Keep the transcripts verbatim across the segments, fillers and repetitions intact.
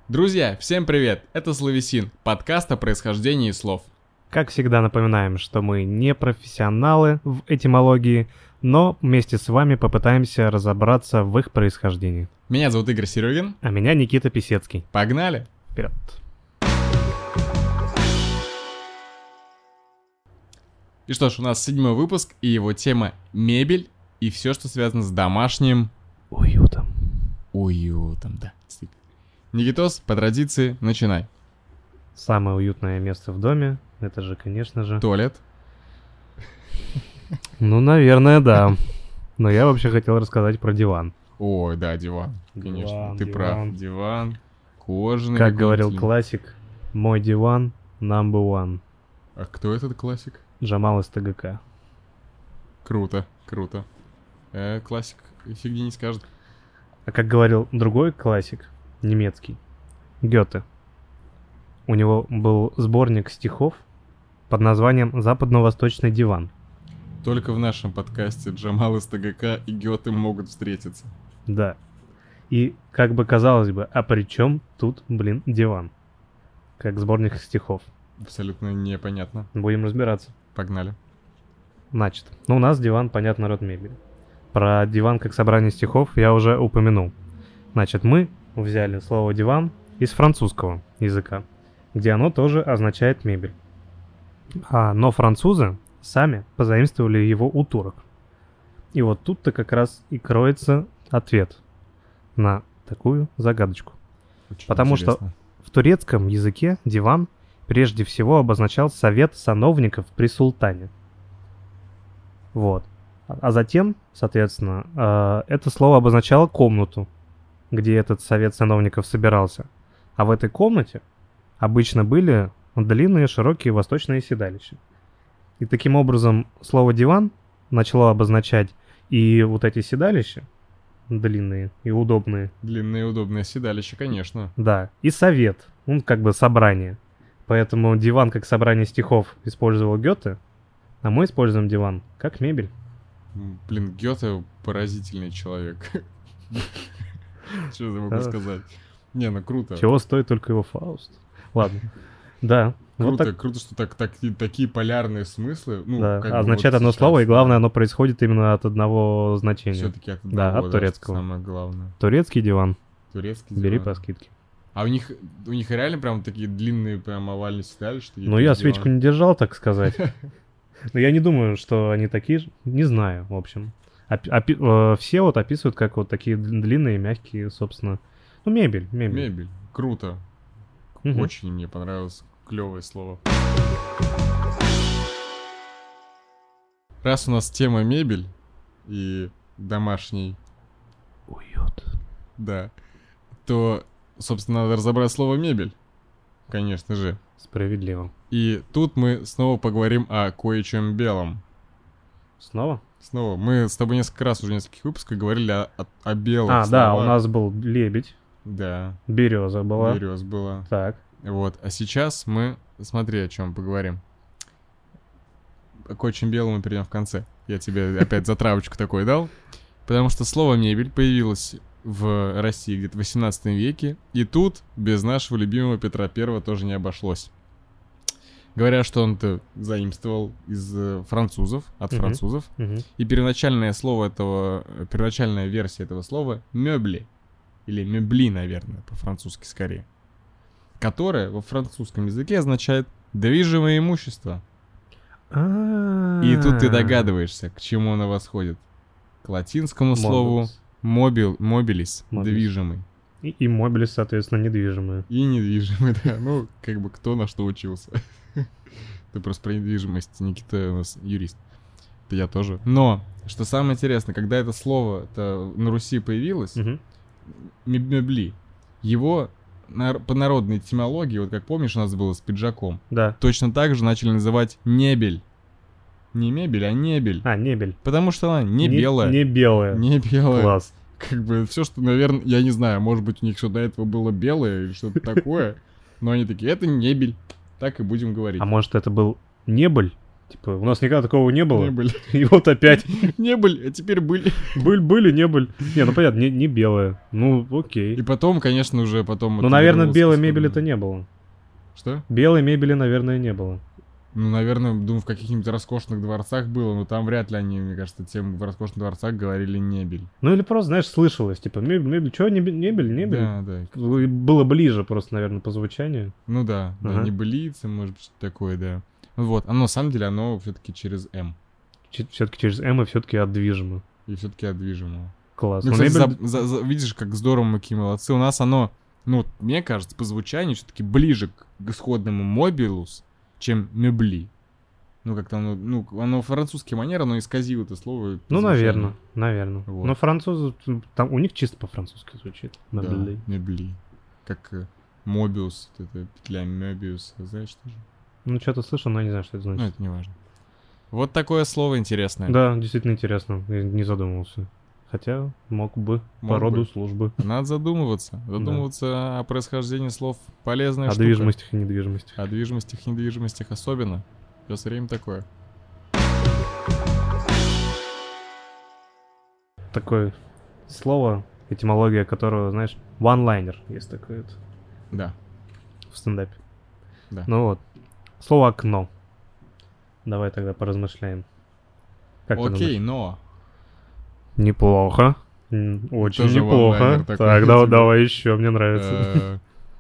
Друзья, всем привет! Это Словесин, подкаст о происхождении слов. Как всегда напоминаем, что мы не профессионалы в этимологии, но вместе с вами попытаемся разобраться в их происхождении. Меня зовут Игорь Серегин. А меня Никита Писецкий. Погнали! Вперед! И что ж, у нас седьмой выпуск, и его тема мебель и все, что связано с домашним Уютом. уютом, да. Никитос, по традиции, начинай. Самое уютное место в доме, это же, конечно же... Туалет. Ну, наверное, да. Но я вообще хотел рассказать про диван. Ой, да, диван. Конечно, Диван, ты диван. прав. Диван, кожаный. Как говорил наклонитель. классик, мой диван number one. А кто этот классик? Джамал из ТГК. Круто, круто. Э, классик фигни не скажет. А как говорил другой классик, немецкий, Гёте, у него был сборник стихов под названием «Западно-восточный диван». Только в нашем подкасте Джамал из ТГК и Гёте могут встретиться. Да. И как бы казалось бы, а при чем тут, блин, диван? Как сборник стихов. Абсолютно непонятно. Будем разбираться. Погнали. Значит, ну у нас диван, понятно, род мебели. Про диван как собрание стихов я уже упомянул. Значит, мы взяли слово «диван» из французского языка, где оно тоже означает мебель. А, но французы сами позаимствовали его у турок. И вот тут-то как раз и кроется ответ на такую загадочку. Очень Потому интересно. В турецком языке диван прежде всего обозначал совет сановников при султане. Вот. А затем, соответственно, э, это слово обозначало комнату, где этот совет сановников собирался. А в этой комнате обычно были длинные широкие восточные седалища. И таким образом слово «диван» начало обозначать и вот эти седалища, длинные и удобные, Длинное и удобное седалище, конечно. да, и совет, ну, как бы собрание. Поэтому диван как собрание стихов использовал Гёте, а мы используем диван как мебель. М, Блин, Гёте поразительный человек. Что я могу Ах. сказать? Не, ну круто. Чего стоит только его Фауст. Ладно. Да. Вот Круто, так, круто, что так, так, такие полярные смыслы. Ну, да. как бы Означает вот одно сейчас, слово, и главное, да, оно происходит именно от одного значения. всё-таки от Да, одного, от что турецкого. Самое главное. Турецкий диван. Турецкий Бери диван. по скидке. А у них, у них реально прям такие длинные, прям овальные седалища? такие, Ну, как я диван? свечку не держал, так сказать. Но я не думаю, что они такие же. Не знаю, в общем. Опи- опи- э, все вот описывают как вот такие д- длинные, мягкие, собственно. Ну, мебель, мебель. Мебель. Круто. Мгм. Очень мне понравилось. Клевое слово. Раз у нас тема мебель и домашний, Уют. да, то, собственно, надо разобрать слово мебель. Конечно же. Справедливо. И тут мы снова поговорим о кое-чем белом. Снова? Снова. Мы с тобой несколько раз уже в нескольких выпусках говорили о, о, о белых А, да, у словах. нас был лебедь, Да, береза была. берез было. Так. Вот, а сейчас мы, смотри, о чем поговорим. О кое-чем белом мы перейдем в конце. Я тебе опять затравочку такой дал. Потому что слово «мебель» появилось в России где-то в восемнадцатом веке. И тут без нашего любимого Петра Первого тоже не обошлось. Говорят, что он-то заимствовал из э, французов, от Мгм. французов. Мгм. И первоначальное слово этого, э, первоначальная версия этого слова «мёбли». Или «мёбли», наверное, по-французски скорее. Которое во французском языке означает «движимое имущество». И тут ты догадываешься, к чему оно восходит. К латинскому слову «мобил», «мобилис», Мобилис. «движимый». И, и мобили, соответственно, недвижимые. И недвижимый, да. Ну, как бы кто на что учился. Ты просто про недвижимость, Никита у нас юрист. Это я тоже. Но, что самое интересное, когда это слово на Руси появилось, Мгм. мебли, его на- по народной этимологии, вот как помнишь, у нас было с пиджаком, Да. точно так же начали называть небель. Не мебель, а небель. А, небель. Потому что она не, белая. Не белая. Не белая. Класс. Как бы все, что, наверное, я не знаю, может быть, у них что до этого было белое или что-то такое. Но они такие, это небель. Так и будем говорить. А может, это был небыль? Типа, у нас никогда такого не было. Не были. И вот опять. Не были, а теперь были. Были, были, не были. Не, ну понятно, не, не белая. Ну, окей. И потом, конечно, уже потом... Ну, это наверное, вернулось белой к мебели-то исходному. не было. Что? Белой мебели, наверное, не было. Ну, наверное, думаю, в каких-нибудь роскошных дворцах было, но там вряд ли они, мне кажется, тем в роскошных дворцах говорили «небель». Ну, или просто, знаешь, слышалось. Типа, мебель, мебель, чё, небель, небель, небель? Да, да. Было ближе просто, наверное, по звучанию. Ну да, да, Ага. небылицы, может быть, что-то такое, да. Ну вот, оно, на самом деле, оно все-таки через «М». Все-таки через М и все-таки отдвижимо. И все-таки отдвижимо. Класс. Ну, Ну, кстати, мебель- за- за- за- видишь, как здорово мы какие молодцы. У нас оно, ну, вот мне кажется, по звучанию все-таки ближе к к исходному мобилус, чем мебли. Ну, как-то оно, ну, оно французский манер, оно исказило это слово. по Ну, звучанию. наверное, наверное. Вот. Но французы, там у них чисто по-французски звучит. Да, Мебли. мебли. Как э, Мобиус, вот эта петля Мебиуса, знаешь тоже? Ну, что-то слышал, но я не знаю, что это Ну, значит. это не важно. Вот такое слово интересное. Да, действительно интересно. Я не задумывался. Хотя мог бы Мог по роду бы. службы. Надо задумываться. Задумываться о происхождении слов. Полезная О штука. движимостях и недвижимостях. О движимостях и недвижимостях особенно. Сейчас время такое. Такое слово, этимология которого, знаешь, one-liner есть такое вот Да. в стендапе. Да. Ну вот. Слово окно. Давай тогда поразмышляем. Как ты Окей, думаешь? но... Неплохо. М, Очень Тоже неплохо. one-liner такой Так, у да, тебя. давай еще, мне нравится. э,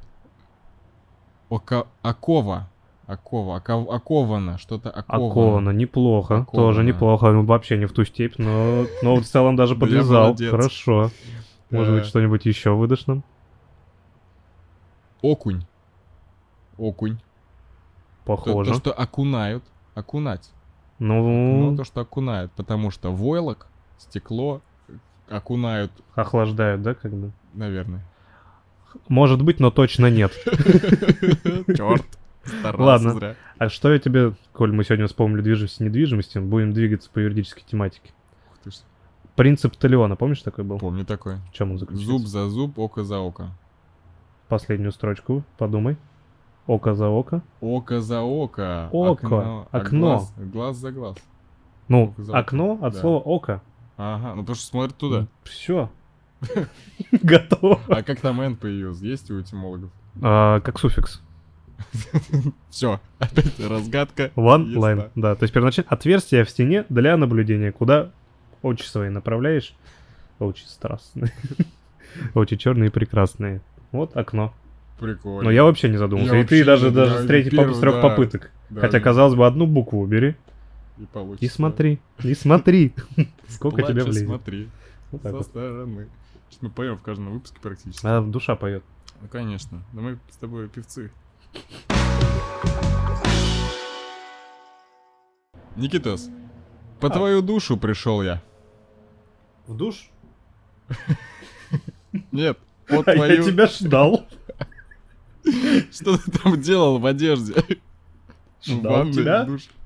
ока- Окова. Окова. оков- Оковано. Что-то оковано. Оковано, неплохо. Оковано. Тоже неплохо. Ну, вообще не в ту степь, но, но в целом даже Да я подвязал. молодец. Хорошо. Может Э. быть, что-нибудь еще выдашь нам? Окунь. Окунь. То, Похоже. то, что окунают. Окунать. Ну, Ну, то, что окунают. Потому что войлок, стекло окунают, охлаждают, да, как бы? наверное. Может быть, но точно нет. Черт. Старался Ладно. зря. А что я тебе, коль мы сегодня вспомнили движимость и недвижимость, будем двигаться по юридической тематике. Ух ты ж. Принцип Талиона, помнишь, такой был? Помню такой. В чем он заключается? Зуб за зуб, око за око. Последнюю строчку подумай. Око за око. Око за око. Око. а Окно. Глаз, глаз за глаз. Ну, Око за око. окно от Да. слова око. Ага, ну потому что смотрит туда. Все. Готово. А как там N появился? Есть у этимологов? А, Как суффикс. Все, опять разгадка. One ясна. line. Да, то есть первоначально отверстие в стене для наблюдения, куда очи свои направляешь. Очи страстные. Очи черные и прекрасные. Вот окно. Прикольно. Но я вообще не задумался. Я И ты вообще даже, не- даже я с третьей первый, поп- с трех да. попыток. Да, Хотя, да. казалось бы, одну букву убери. И получится. И смотри, и смотри. Сколько Плача тебе влезет. смотри. Вот так Со вот. стороны. Сейчас мы поем в каждом выпуске практически. А душа поет. Ну, конечно. Да мы с тобой певцы. Никитос, по А. твою душу пришел я. В душ? Нет, по А я твою... тебя ждал. Что ты там делал в одежде? В Ждал ванной, тебя? в душе.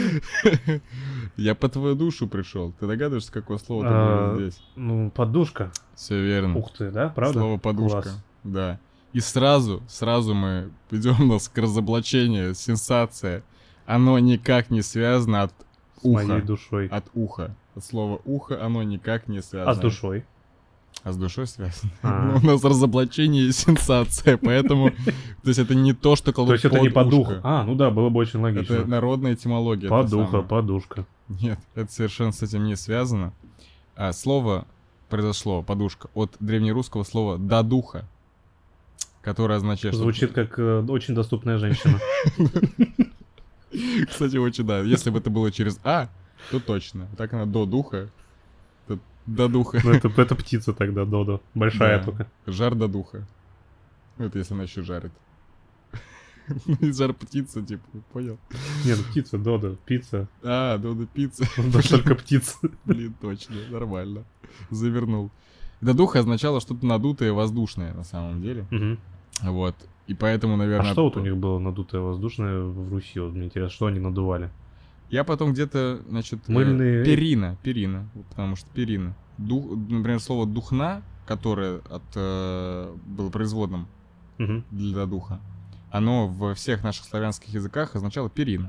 Я по твою душу пришел. Ты догадываешься, какое слово ты А, было здесь? Ну, подушка. Все верно. Ух ты, да? Правда? Слово подушка. Класс. Да. И сразу, сразу мы ведем нас к разоблачению, сенсация. Оно никак не связано от С уха. моей душой. От уха. От слова ухо оно никак не связано. А с душой? А с душой связано. А. Ну, у нас разоблачение и сенсация, поэтому... То есть это не то, что То кладут есть это не под подуха. ушко. А, ну да, было бы очень логично. Это народная этимология. это Подуха, самое. подушка. Нет, это совершенно с этим не связано. А слово произошло, подушка, от древнерусского слова «дадуха», которое означает... что- Звучит как э, очень доступная женщина. Кстати, очень да. Если бы это было через «а», то точно. Так она до духа. Это до духа. Ну, это, это птица тогда, Додо. Большая Да. только. Жар до духа. Ну, это если она еще жарит. Ну, и жар птица, типа, понял? Нет, птица, Додо, пицца. А, Додо пицца. Да только птица. Блин, точно, нормально. Завернул. Додуха означало что-то надутое, воздушное, на самом деле. Мгм. Вот. И поэтому, А наверное... что вот у них было надутое воздушное в Руси? Вот мне интересно, что они надували? Я потом где-то, значит... э, Мыльные- Перина, перина. Вот потому что перина. Дух, например, слово «духна», которое от, э, было производным Мгм. для духа, оно во всех наших славянских языках означало перина.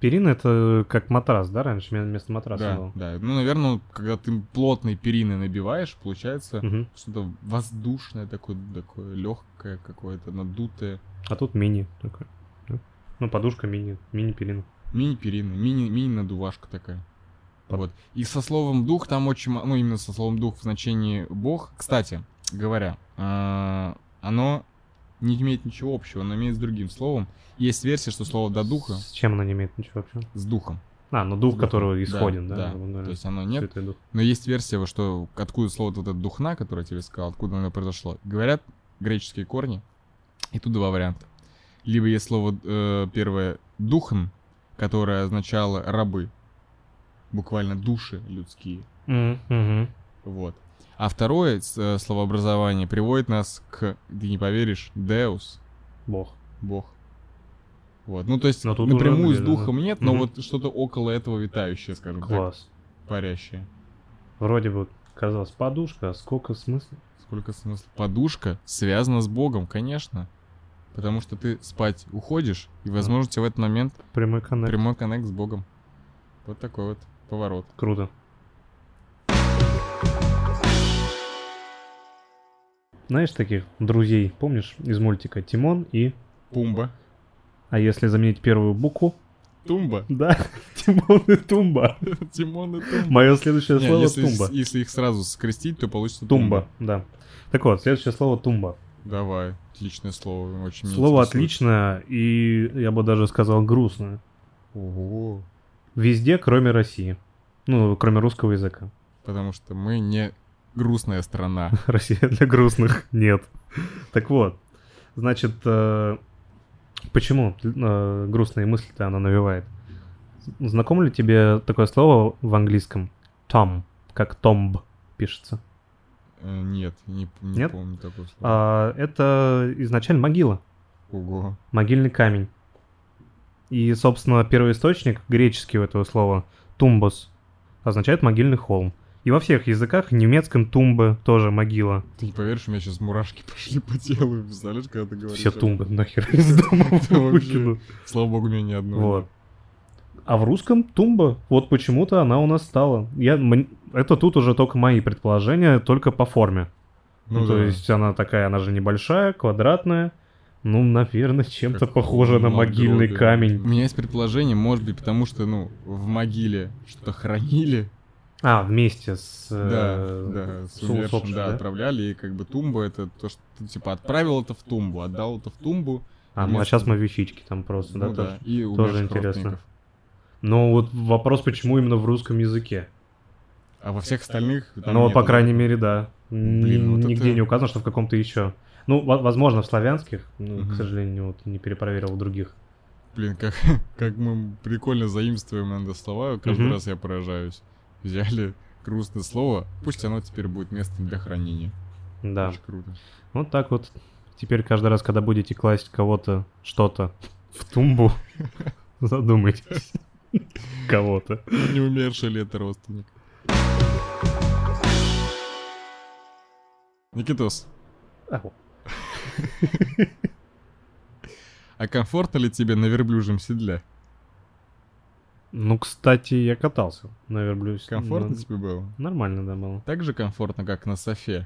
Перина — это как матрас, да, раньше вместо матраса Да, было? да. Ну, наверное, когда ты плотной перины набиваешь, получается Мгм. что-то воздушное такое, такое легкое какое-то, надутое. А тут мини такой. да. Ну, подушка мини, мини-перина. Мини-перина, мини, мини-надувашка такая. Под- Вот. И со словом дух там очень, ма- ну, именно со словом дух в значении бог. Кстати, говоря, а, оно не имеет ничего общего, оно имеет с другим словом. Есть версия, что слово до духа С чем она не имеет ничего общего? с духом. А, ну дух, С духом. который Да, исходен, да? да. грубо говоря. То есть оно нет. Святой дух. Но есть версия, вот что откуда слово вот это духна, которое я тебе сказал, откуда оно произошло. Говорят греческие корни, и тут два варианта. Либо есть слово э, первое духн, которое означало рабы, буквально души людские. Мгм, мгм. Вот. А второе с- э, словообразование приводит нас к, ты не поверишь, Deus, Бог. Бог. Вот. Ну, то есть Но тут напрямую уже с где-то, духом да. нет, но Мгм. вот что-то около этого витающее, скажем так, Класс. парящее. Вроде бы казалось подушка, а сколько смысла? Сколько смысла? Подушка связана с Богом, конечно. Потому что ты спать уходишь, и, возможно, у тебя в этот момент Прямой коннект. прямой коннект с Богом. Вот такой вот поворот. Круто. Знаешь таких друзей, помнишь, из мультика Тимон и... Пумба. А если заменить первую букву? Тумба. Да, Тимон и Тумба. Тимон и Тумба. Мое следующее Не, слово если, Тумба. если их сразу скрестить, то получится Тумба, да. Так вот, следующее слово Тумба. Давай, отличное слово, очень меня Слово интересует. отличное и, я бы даже сказал, грустное. Ого. Везде, кроме России. Ну, кроме русского языка. Потому что мы не грустная страна. Россия для грустных нет. Так вот, значит, э, почему э, грустные мысли-то она навевает? Знакомо ли тебе такое слово в английском? Tom, как tomb пишется. Э, Нет, не, не Нет? помню такого слова. А, это изначально могила, Ого. могильный камень. И, собственно, первоисточник греческий у этого слова тумбос означает могильный холм. И во всех языках, в немецком тумбы тоже могила. Ты не поверишь, у меня сейчас мурашки пошли по телу. Представляешь, когда ты говоришь? Все об этом? тумбы нахер из дома Это вообще- выкину. Слава богу, у меня ни одной. Вот. А в русском тумба, вот почему-то она у нас стала. Я, м- это тут уже только мои предположения, только по форме. Ну Ну, то да. есть она такая, она же небольшая, квадратная. Ну, наверное, чем-то Как похоже на могильный надгробие. У камень. меня есть предположение, может быть, потому что, ну, в могиле что-то хранили. А, вместе с... Да, э, да, с с умершим, усопшим, да, да? отправляли, и как бы тумба это то, что ты, типа, отправил это в тумбу, отдал это в тумбу. А, ну а вместо- сейчас мы вещички там просто, да, Ну да, тоже. и тоже умерших интересно. родственников. Но вот вопрос, почему именно в русском языке? А во всех остальных... там Ну, вот, нету, по да, крайней такого? мере, да. Н- Блин, вот Нигде это- не указано, что в каком-то еще. Ну, во- возможно, в славянских, ну, к Мгм. сожалению, вот не перепроверил в других. Блин, как, как мы прикольно заимствуем иногда слова, каждый Мгм. раз я поражаюсь. Взяли грустное слово, пусть оно теперь будет местом для хранения. Да. Очень круто. Вот так вот. Теперь каждый раз, когда будете класть кого-то, что-то в тумбу, задумайтесь. Кого-то. Не умерший ли это родственник? Никитос, А, вот. а комфортно ли тебе на верблюжьем седле? Ну, кстати, я катался на верблюде. Комфортно Ну, тебе было? Нормально, да, было. Так же комфортно, как на софе?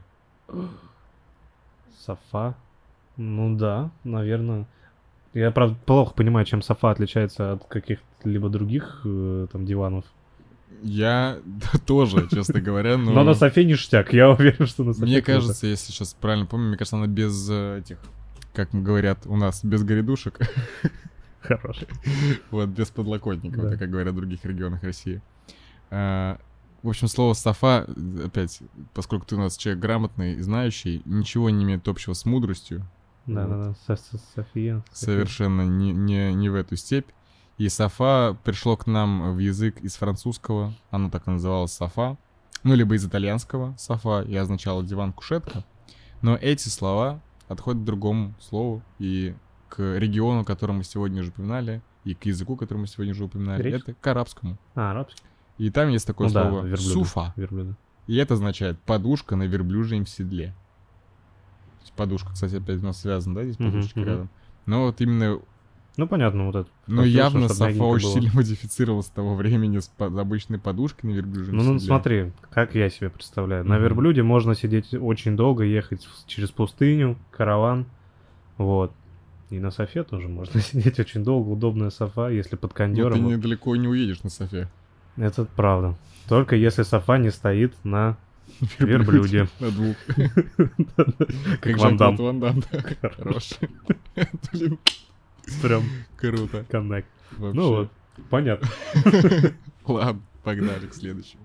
Софа. Ну да, наверное. Я, правда, плохо понимаю, чем софа отличается от каких-либо других э, там диванов. Я тоже, честно говоря, но... Но на софе ништяк, я уверен, что на софе Мне круто. кажется, если сейчас правильно помню, мне кажется, она без э, этих, как говорят у нас, без грядушек. Хороший. Вот, без подлокотников, Да. это как говорят в других регионах России. А, в общем, слово «софа», опять, поскольку ты у нас человек грамотный и знающий, ничего не имеет общего с мудростью. Да, да, да. Со- со- София. Совершенно не, не, не в эту степь. И «софа» пришло к нам в язык из французского, оно так и называлось «софа», ну, либо из итальянского «софа», и означало «диван-кушетка». Но эти слова отходят к другому слову и к региону, который мы сегодня уже упоминали, и к языку, который мы сегодня уже упоминали. Греческий? Это к арабскому. А, арабский? И там есть такое Ну да, слово верблюды. «суфа». Верблюды. И это означает подушка на верблюжьем седле. То есть подушка, кстати, опять у нас связана, да, здесь Мгм, подушечка мгм. рядом. Но вот именно Ну, понятно, вот это. Но явно софа очень сильно модифицировалась с того времени с под обычной подушкой на верблюжьем Ну, ну, седле. смотри, как я себе представляю. На Мгм. верблюде можно сидеть очень долго, ехать в- через пустыню, караван, вот. И на софе тоже можно сидеть очень долго, удобная софа, если под Ну, ты кондёром. вот. недалеко не уедешь на софе. Это правда. Только если софа не стоит на верблюде. На двух. Как Ван Дам. Ван Дам, да. Хорош. Блин, Прям круто. коннект. Вообще. Ну вот, понятно. Ладно, погнали к следующему.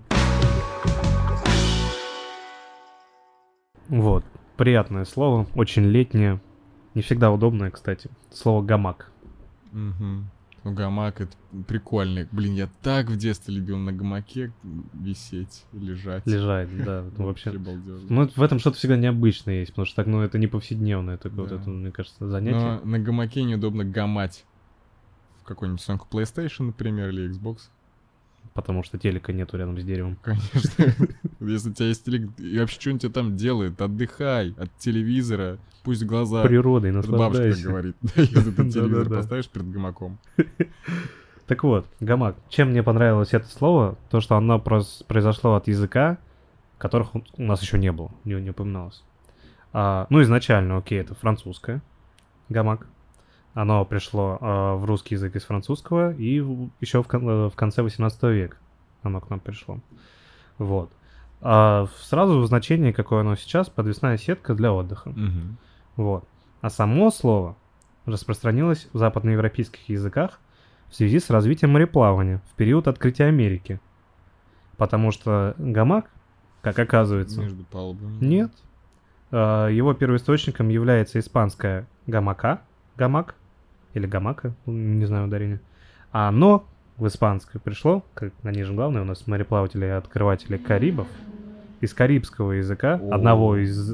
Вот, приятное слово, очень летнее. Не всегда удобное, кстати. Слово гамак. Мгм. Ну, гамак — это прикольный. Блин, я так в детстве любил на гамаке висеть, лежать. Лежать, да. Ну, вообще. балдежно. Ну, в этом что-то всегда необычное есть, потому что так, ну, это не повседневное такое Да. вот это, мне кажется, занятие. Но на гамаке неудобно гамать. В какой-нибудь сонку PlayStation, например, или Xbox. Потому что телека нету рядом с деревом. Конечно. Если у тебя есть телек, и вообще что он тебе там делает, отдыхай от телевизора, пусть глаза... Природой Это бабушка так наслаждайся. говорит, если ты телевизор Да-да-да. поставишь перед гамаком. Так вот, гамак. Чем мне понравилось это слово? То, что оно прос- произошло от языка, которых у у нас еще не было, не, не упоминалось. А, ну, изначально, окей, это французское. Гамак. Оно пришло а, в русский язык из французского, и в- еще в, кон- э, в конце восемнадцатого века оно к нам пришло. Вот. А в- сразу в значении, какое оно сейчас, подвесная сетка для отдыха. Мгм. Вот. А само слово распространилось в западноевропейских языках в связи с развитием мореплавания в период открытия Америки. Потому что гамак, как оказывается, Между палубами. нет. А, Его первоисточником является испанское гамака, гамак, или гамака, не знаю ударения. А оно в испанское пришло, как они же главные у нас мореплаватели и открыватели Карибов, из карибского языка, О. одного из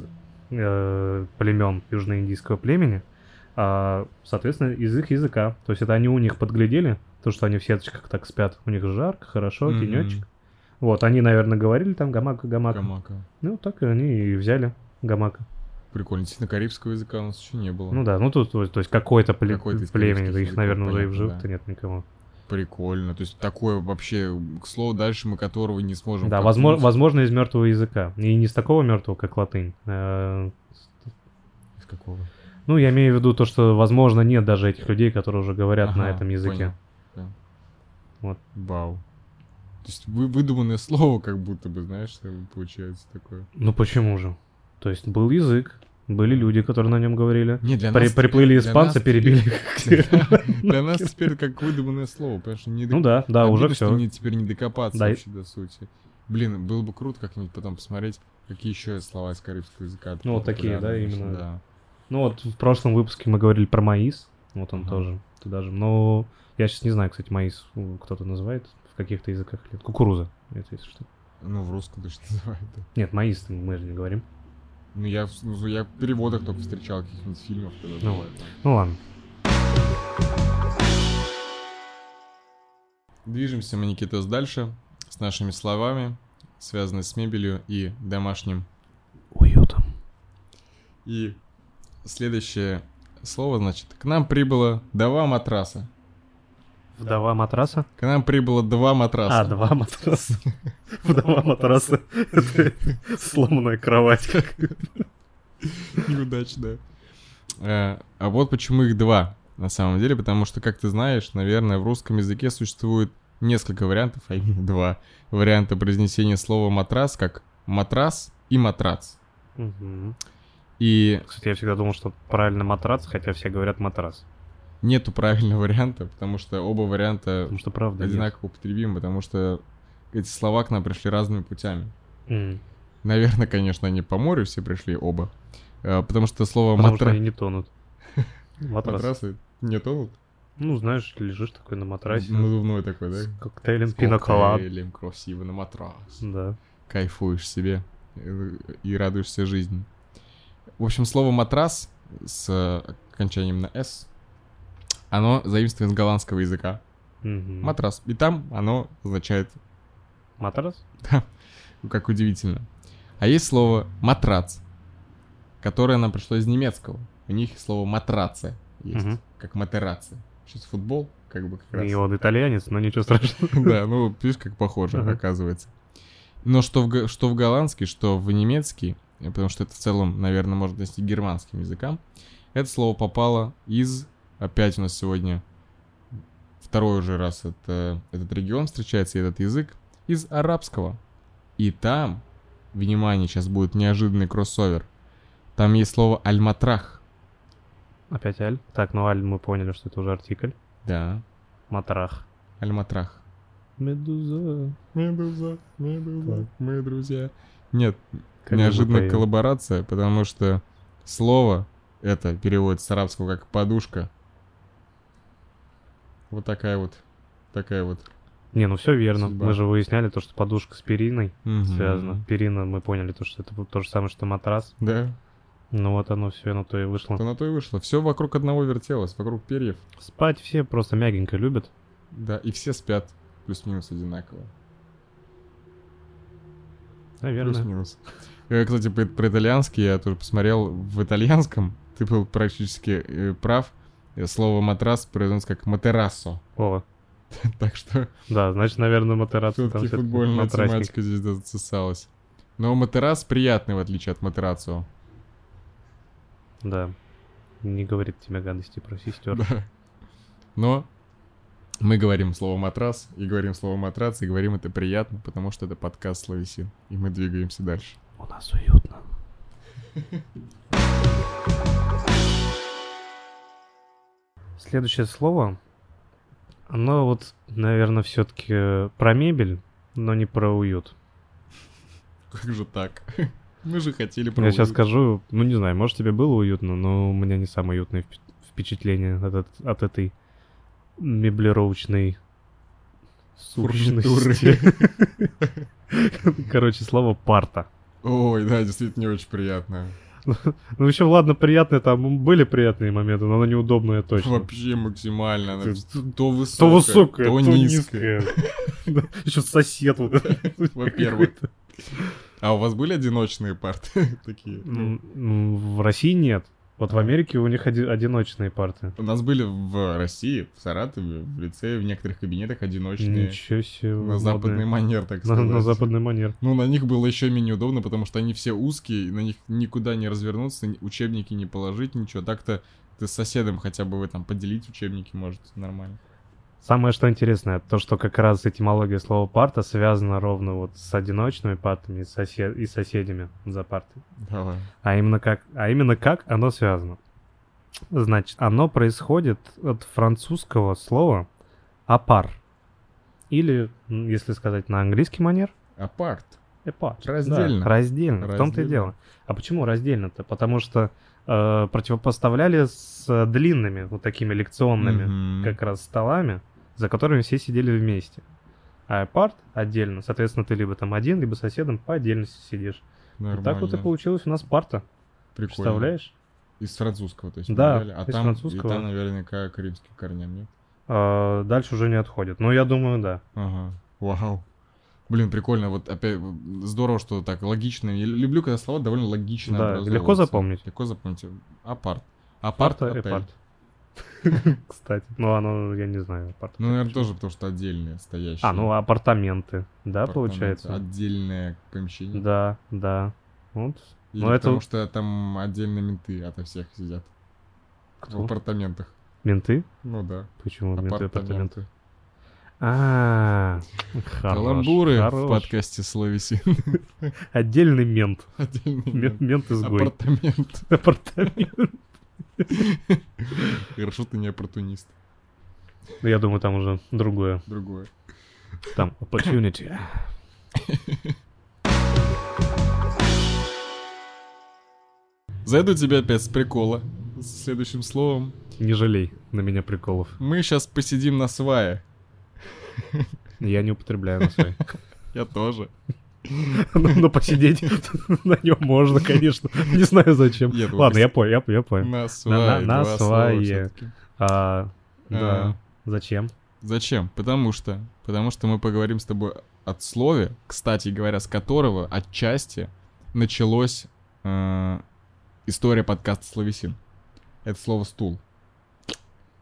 э, племен южноиндийского племени, а, соответственно, из их языка. То есть это они у них подглядели, то, что они в сеточках так спят, у них жарко, хорошо, Мгм. тенечек. Вот, они, наверное, говорили там гамака, гамака. Гамака. Ну, так и они и взяли гамака. Прикольно. Действительно, карибского языка у нас еще не было. Ну да, ну тут, то есть, то есть какое-то пле- Какой-то из племя, карибских да их, языков, наверное, уже и в понятно, живых-то да. нет никого. Прикольно. То есть такое вообще, к слову, дальше мы которого не сможем... Да, как-нибудь- возможно, возможно, из мертвого языка. И не с такого мертвого, как латынь. а, Из какого? Ну, я имею в виду то, что, возможно, нет даже этих людей, которые уже говорят на Ага, этом языке. понял. Да. Вот. Вау. То есть вы, выдуманное слово, как будто бы, знаешь, получается такое. Ну почему же? То есть был язык, были люди, которые на нем говорили. Не, для При- нас приплыли теперь- испанцы, для нас перебили теперь- их. Для нас теперь как выдуманное слово, потому что не до- Ну да, да, уже обидно, что все. мне теперь не докопаться Да и- вообще до сути. Блин, было бы круто как-нибудь потом посмотреть, какие еще слова из карибского языка. Ну, вот такие, да, популярные, именно. Да. Ну вот в прошлом выпуске мы говорили про маис. Вот он Ага. тоже туда же. Но я сейчас не знаю, кстати, маис у, кто-то называет в каких-то языках. или- Кукуруза, это если что. Ну, в русском точно называют, да. Нет, маис мы же не говорим. Ну, я, в- ну, я в переводах только встречал каких-нибудь фильмов, когда Ну, бывает. Ну ладно. Движемся мы, Никитос, дальше с нашими словами, связанными с мебелью и домашним. Уютом. И следующее слово, значит, к нам прибыло два матраса. Вдова матраса? К нам прибыло два матраса. А, два матраса. Вдова матраса. Это сломанная кровать. Неудачно. Э, А вот почему их два, на самом деле, потому что, как ты знаешь, наверное, в русском языке существует несколько вариантов, а именно два варианта произнесения слова матрас, как матрас и матрац. Мгм. И Кстати, я всегда думал, что правильно матрац, хотя все говорят матрас. нету правильного варианта, потому что оба варианта Потому что правда нет. одинаково употребимы, потому что эти слова к нам пришли разными путями. М. Наверное, конечно, они по морю все пришли оба, э, потому что слово Потому что матра... они не тонут. Матрас. матрасы не тонут. Ну, знаешь, лежишь такой на матрасе. Надувной такой, да? С коктейлем С пиноколад. коктейлем красиво на матрас. Да. Кайфуешь себе э, и радуешься жизни. В общем, слово матрас с э, окончанием на «с», оно заимствовано из голландского языка. Мгм. Матрас. И там оно означает, Матрас? как удивительно. А есть слово матрац, которое нам пришло из немецкого. У них слово матраце есть, Мгм. как матерация. Сейчас футбол, как бы как раз. И он итальянец, но ничего страшного. Да, ну, видишь, как похоже, Ага. оказывается. Но что в, га- что в голландский, что в немецкий, э, потому что это в целом, наверное, можно отнести к германским языкам, это слово попало из... Опять у нас сегодня второй уже раз это, этот регион встречается, и этот язык, из арабского. И там, внимание, сейчас будет неожиданный кроссовер, там есть слово «аль-матрах». Опять аль. Так, ну аль мы поняли, что это уже артикль. Да, Матрах. «аль-матрах». Медуза. Медуза, медуза, мы друзья. Нет, Как бы неожиданная поем. коллаборация, потому что слово это переводится с арабского как «подушка». Вот такая вот, такая вот. Не, ну все верно. Судьба. Мы же выясняли то, что подушка с периной Мгм. связана. Перина, мы поняли то, что это то же самое, что матрас. Да, Ну вот оно все на то и вышло. то на то и вышло. Все вокруг одного вертелось, вокруг перьев. Спать все просто мягенько любят. Да, и все спят плюс-минус одинаково. Наверное. Плюс-минус. Э, Кстати, про, про итальянский я тоже посмотрел. В итальянском ты был практически э, прав. Э, Слово матрас произносится как матерассо. О, Так что да, значит, наверное, матерацию там все-таки всё-таки футбольная матрасник. тематика здесь засосалась. Но матерас приятный, в отличие от матерацио. Да. Не говорит тебе гадости про сестер. Да. Но мы говорим слово матрас, и говорим слово матрац, и говорим это приятно, потому что это подкаст Славесин. И мы двигаемся дальше. У нас уютно. Следующее слово, оно вот, наверное, все-таки про мебель, но не про уют. Как же так? Мы же хотели Я сейчас уют. скажу, ну не знаю, может тебе было уютно, но у меня не самое уютное впе- впечатление от, эт- от этой меблировочной Фурнитуры. сущности. Короче, слово парта. Ой, да, действительно не очень приятно. Ну еще ладно, приятные, там были приятные моменты, но она неудобная точно. Вообще максимально. Она Ты- то высокая, То высокая, то то низкая. низкая. Еще сосед вот этот. Во-первых. А у вас были одиночные парты такие? М, м, В России нет. Вот в А. Америке у них оди- одиночные парты. У нас были в России, в Саратове, в лицее, в некоторых кабинетах одиночные. Ничего себе. На западный модные. манер, так На, сказать. на западный манер. Ну, на них было еще менее удобно, потому что они все узкие, на них никуда не развернуться, ни- учебники не положить, ничего. Так-то ты с соседом хотя бы вы там поделить учебники, может, нормально. Самое что интересное, то, что как раз этимология слова парта связана ровно вот с одиночными партами и, сосед... и соседями за партой. Давай. А именно как, а именно как оно связано. Значит, оно происходит от французского слова «апар». Или, м, если сказать на английский манер, Апарт. «эпар». Раздельно. Да, раздельно. В том-то и Раздельно. дело. А почему раздельно-то? Потому что э, противопоставляли с э, длинными, вот такими лекционными, Мгм. как раз столами, за которыми все сидели вместе. А апарт отдельно. Соответственно, ты либо там один, либо с соседом по отдельности сидишь. Нормально. И так вот и получилось у нас парта. Прикольно. Представляешь? Из французского, то есть. Да, взяли. А из там, французского. И там наверняка к римским корням, нет? А, дальше уже не отходит. Ну, я думаю, да. Ага. Вау. Блин, прикольно. Вот опять в- здорово, что так логично. Я люблю, когда слова довольно логично Да, образовываются. легко запомнить. Легко запомнить. Апарт. Апарт, Парта, отель. эпарт. Кстати. Ну, оно, я не знаю. апарт. Ну, наверное, тоже потому что отдельные стоящие. А, ну, апартаменты. Да, апартаменты. получается? Отдельное помещение. Да, да. Вот. Или Ну, это- потому что там отдельно менты ото всех сидят. В Кто? апартаментах. Менты? Ну да. Почему менты апартаменты? Апартаменты. А, хорош, Каламбуры в хорош. подкасте Словесин. Отдельный мент. Отдельный Мент, мент. мент изгой. Апартамент. Апартамент. Хорошо, ты не оппортунист. Ну, я думаю, там уже другое. Другое. Там opportunity. Зайду тебя опять с прикола. С следующим словом. Не жалей на меня приколов. Мы сейчас посидим на свае. Я не употребляю на свой. Я тоже. Ну, но посидеть на нем можно, конечно. Не знаю зачем. Нет, вот Ладно, пос- я понял, я, я понял. На на- свае. на два слова свае. всё-таки. А, да. А. Зачем? Зачем? Потому что. Потому что мы поговорим с тобой от слове, кстати говоря, с которого отчасти началось э, история подкаста Словесин. Это слово стул.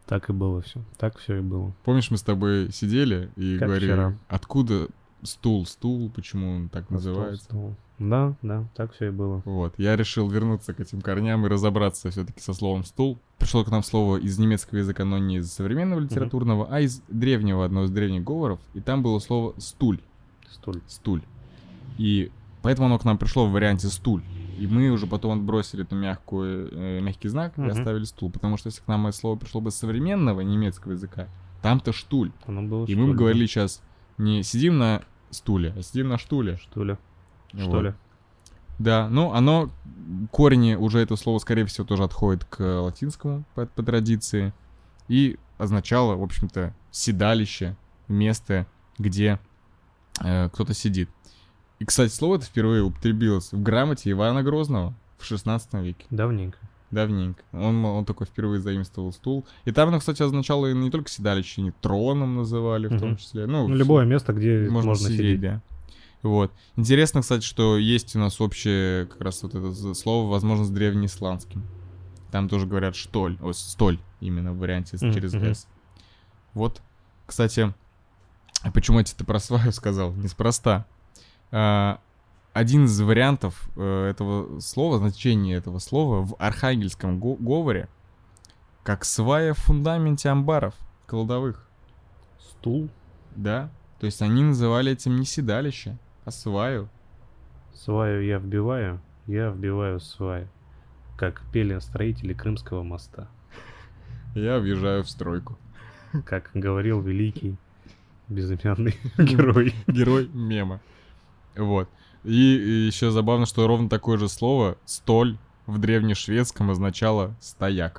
Так и было все. Так все и было. Помнишь, мы с тобой сидели и Как говорили, вчера. откуда стул, стул, почему он так называется? Стол, стол. Да, да, так все и было. Вот, я решил вернуться к этим корням и разобраться все-таки со словом «стул». Пришло к нам слово из немецкого языка, но не из современного литературного, mm-hmm. а из древнего, одного из древних говоров, и там было слово «стуль». Стуль. Стуль. И поэтому оно к нам пришло в варианте «стуль». И мы уже потом отбросили эту мягкую, э, мягкий знак mm-hmm. и оставили «стул», потому что если к нам это слово пришло бы с современного немецкого языка, там-то «штуль». Оно было и штуль, мы бы да. говорили сейчас не «сидим на стуле», а «сидим на штуле». Штуле. Вот. Что ли? Да, ну оно, корни уже это слово, скорее всего, тоже отходит к латинскому по, по традиции и означало, в общем-то, седалище, место, где э, кто-то сидит. И, кстати, слово это впервые употребилось в грамоте Ивана Грозного в шестнадцатом веке. Давненько. Давненько. Он, он такой впервые заимствовал стул. И там оно, кстати, означало не только седалище, не троном называли в Угу. том числе. Ну, Ну, любое место, где можно, можно сидеть, сидеть. да. Вот. Интересно, кстати, что есть у нас общее как раз вот это слово, возможно, с древнеисландским. Там тоже говорят «штоль», ой, «столь», именно в варианте Mm-hmm. через «с». Вот, кстати, почему я тебе про сваю сказал? Неспроста. А, один из вариантов а, этого слова, значения этого слова в архангельском го- говоре, как свая в фундаменте амбаров кладовых. Стул. Да, то есть они называли этим не седалище, а сваю. Сваю я вбиваю, я вбиваю сваю. Как пели строители Крымского моста. Я въезжаю в стройку. Как говорил великий безымянный герой. Герой мема. Вот. И, и еще забавно, что ровно такое же слово «столь» в древнешведском означало «стояк».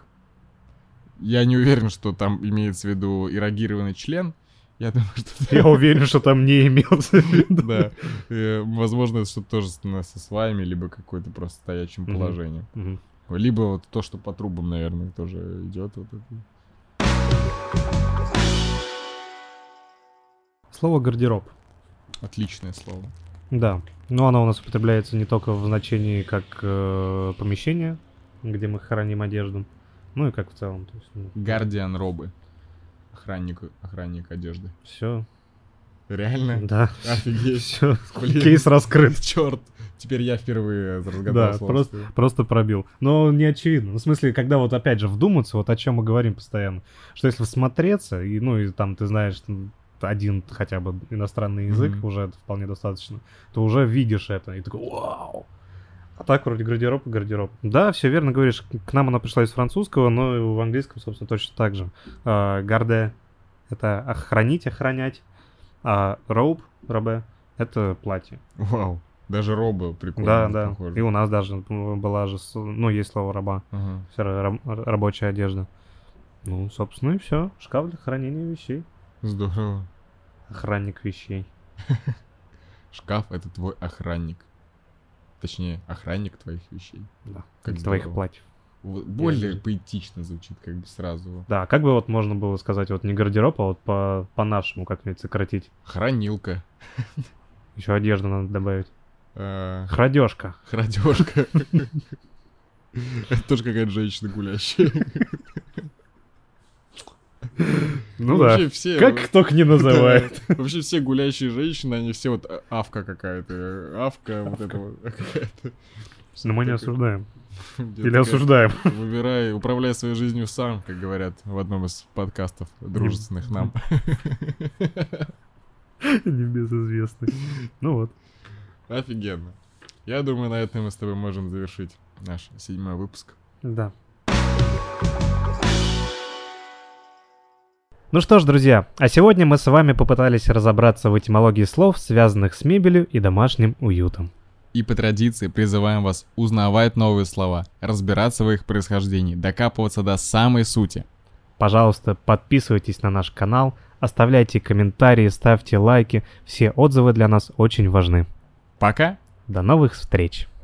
Я не уверен, что там имеется в виду эрогированный член. Я думаю, что... Я уверен, что там не имелся в виду. Да. Э, возможно, это что-то тоже со сваями, либо какое-то просто стоячим Мгм. положением. Мгм. Либо вот то, что по трубам, наверное, тоже идет. Вот это. Слово «гардероб». Отличное слово. Да. Но оно у нас употребляется не только в значении как э, помещение, где мы храним одежду, ну и как в целом. То есть, ну, Гардиан робы. Охранник, охранник одежды. все. Реально? Да. Офигеть. Все. Блин. Кейс раскрыт. Черт. Теперь я впервые разгадал Да, слово. просто, просто пробил. Но не очевидно. Ну, в смысле, когда вот опять же вдуматься, вот о чем мы говорим постоянно, что если всмотреться, и, ну, и там ты знаешь м, один хотя бы иностранный язык, Мгм. уже это вполне достаточно, то уже видишь это, и такой вау! А так вроде гардероб и гардероб. Да, все верно говоришь. К нам она пришла из французского, но и в английском, собственно, точно так же. А, гарде — это охранить, охранять, а роуп, робе — это платье. Вау. Даже роба прикольно. Да, да. похоже. И у нас даже была же, с- ну, есть слово раба. Ага. Всё ра- раб- рабочая одежда. Ну, собственно, и все. Шкаф для хранения вещей. Здорово. Охранник вещей. Шкаф — это твой охранник. Точнее, охранник твоих вещей. Да. Как Из твоих здорово. платьев. Вот более же- поэтично звучит, как бы сразу. Да, как бы вот можно было сказать, вот не гардероб, а вот по- по-нашему как-нибудь сократить. Хранилка. Еще одежду надо добавить. э, Храдежка. Храдежка. Это тоже какая-то женщина гулящая. Ну Вообще да. все- Как только не называет. Да. Вообще все гулящие женщины, они все вот а- авка какая-то. Авка, вот это вот какая-то. Но мы не Такая- осуждаем. Где Или такая, осуждаем. Выбирай, управляй своей жизнью сам, как говорят в одном из подкастов дружественных нам. Небезызвестный. Ну вот. Офигенно. Я думаю, на этом мы с тобой можем завершить наш седьмой выпуск. Да. Ну что ж, друзья, а сегодня мы с вами попытались разобраться в этимологии слов, связанных с мебелью и домашним уютом. И по традиции призываем вас узнавать новые слова, разбираться в их происхождении, докапываться до самой сути. Пожалуйста, подписывайтесь на наш канал, оставляйте комментарии, ставьте лайки. Все отзывы для нас очень важны. Пока! До новых встреч!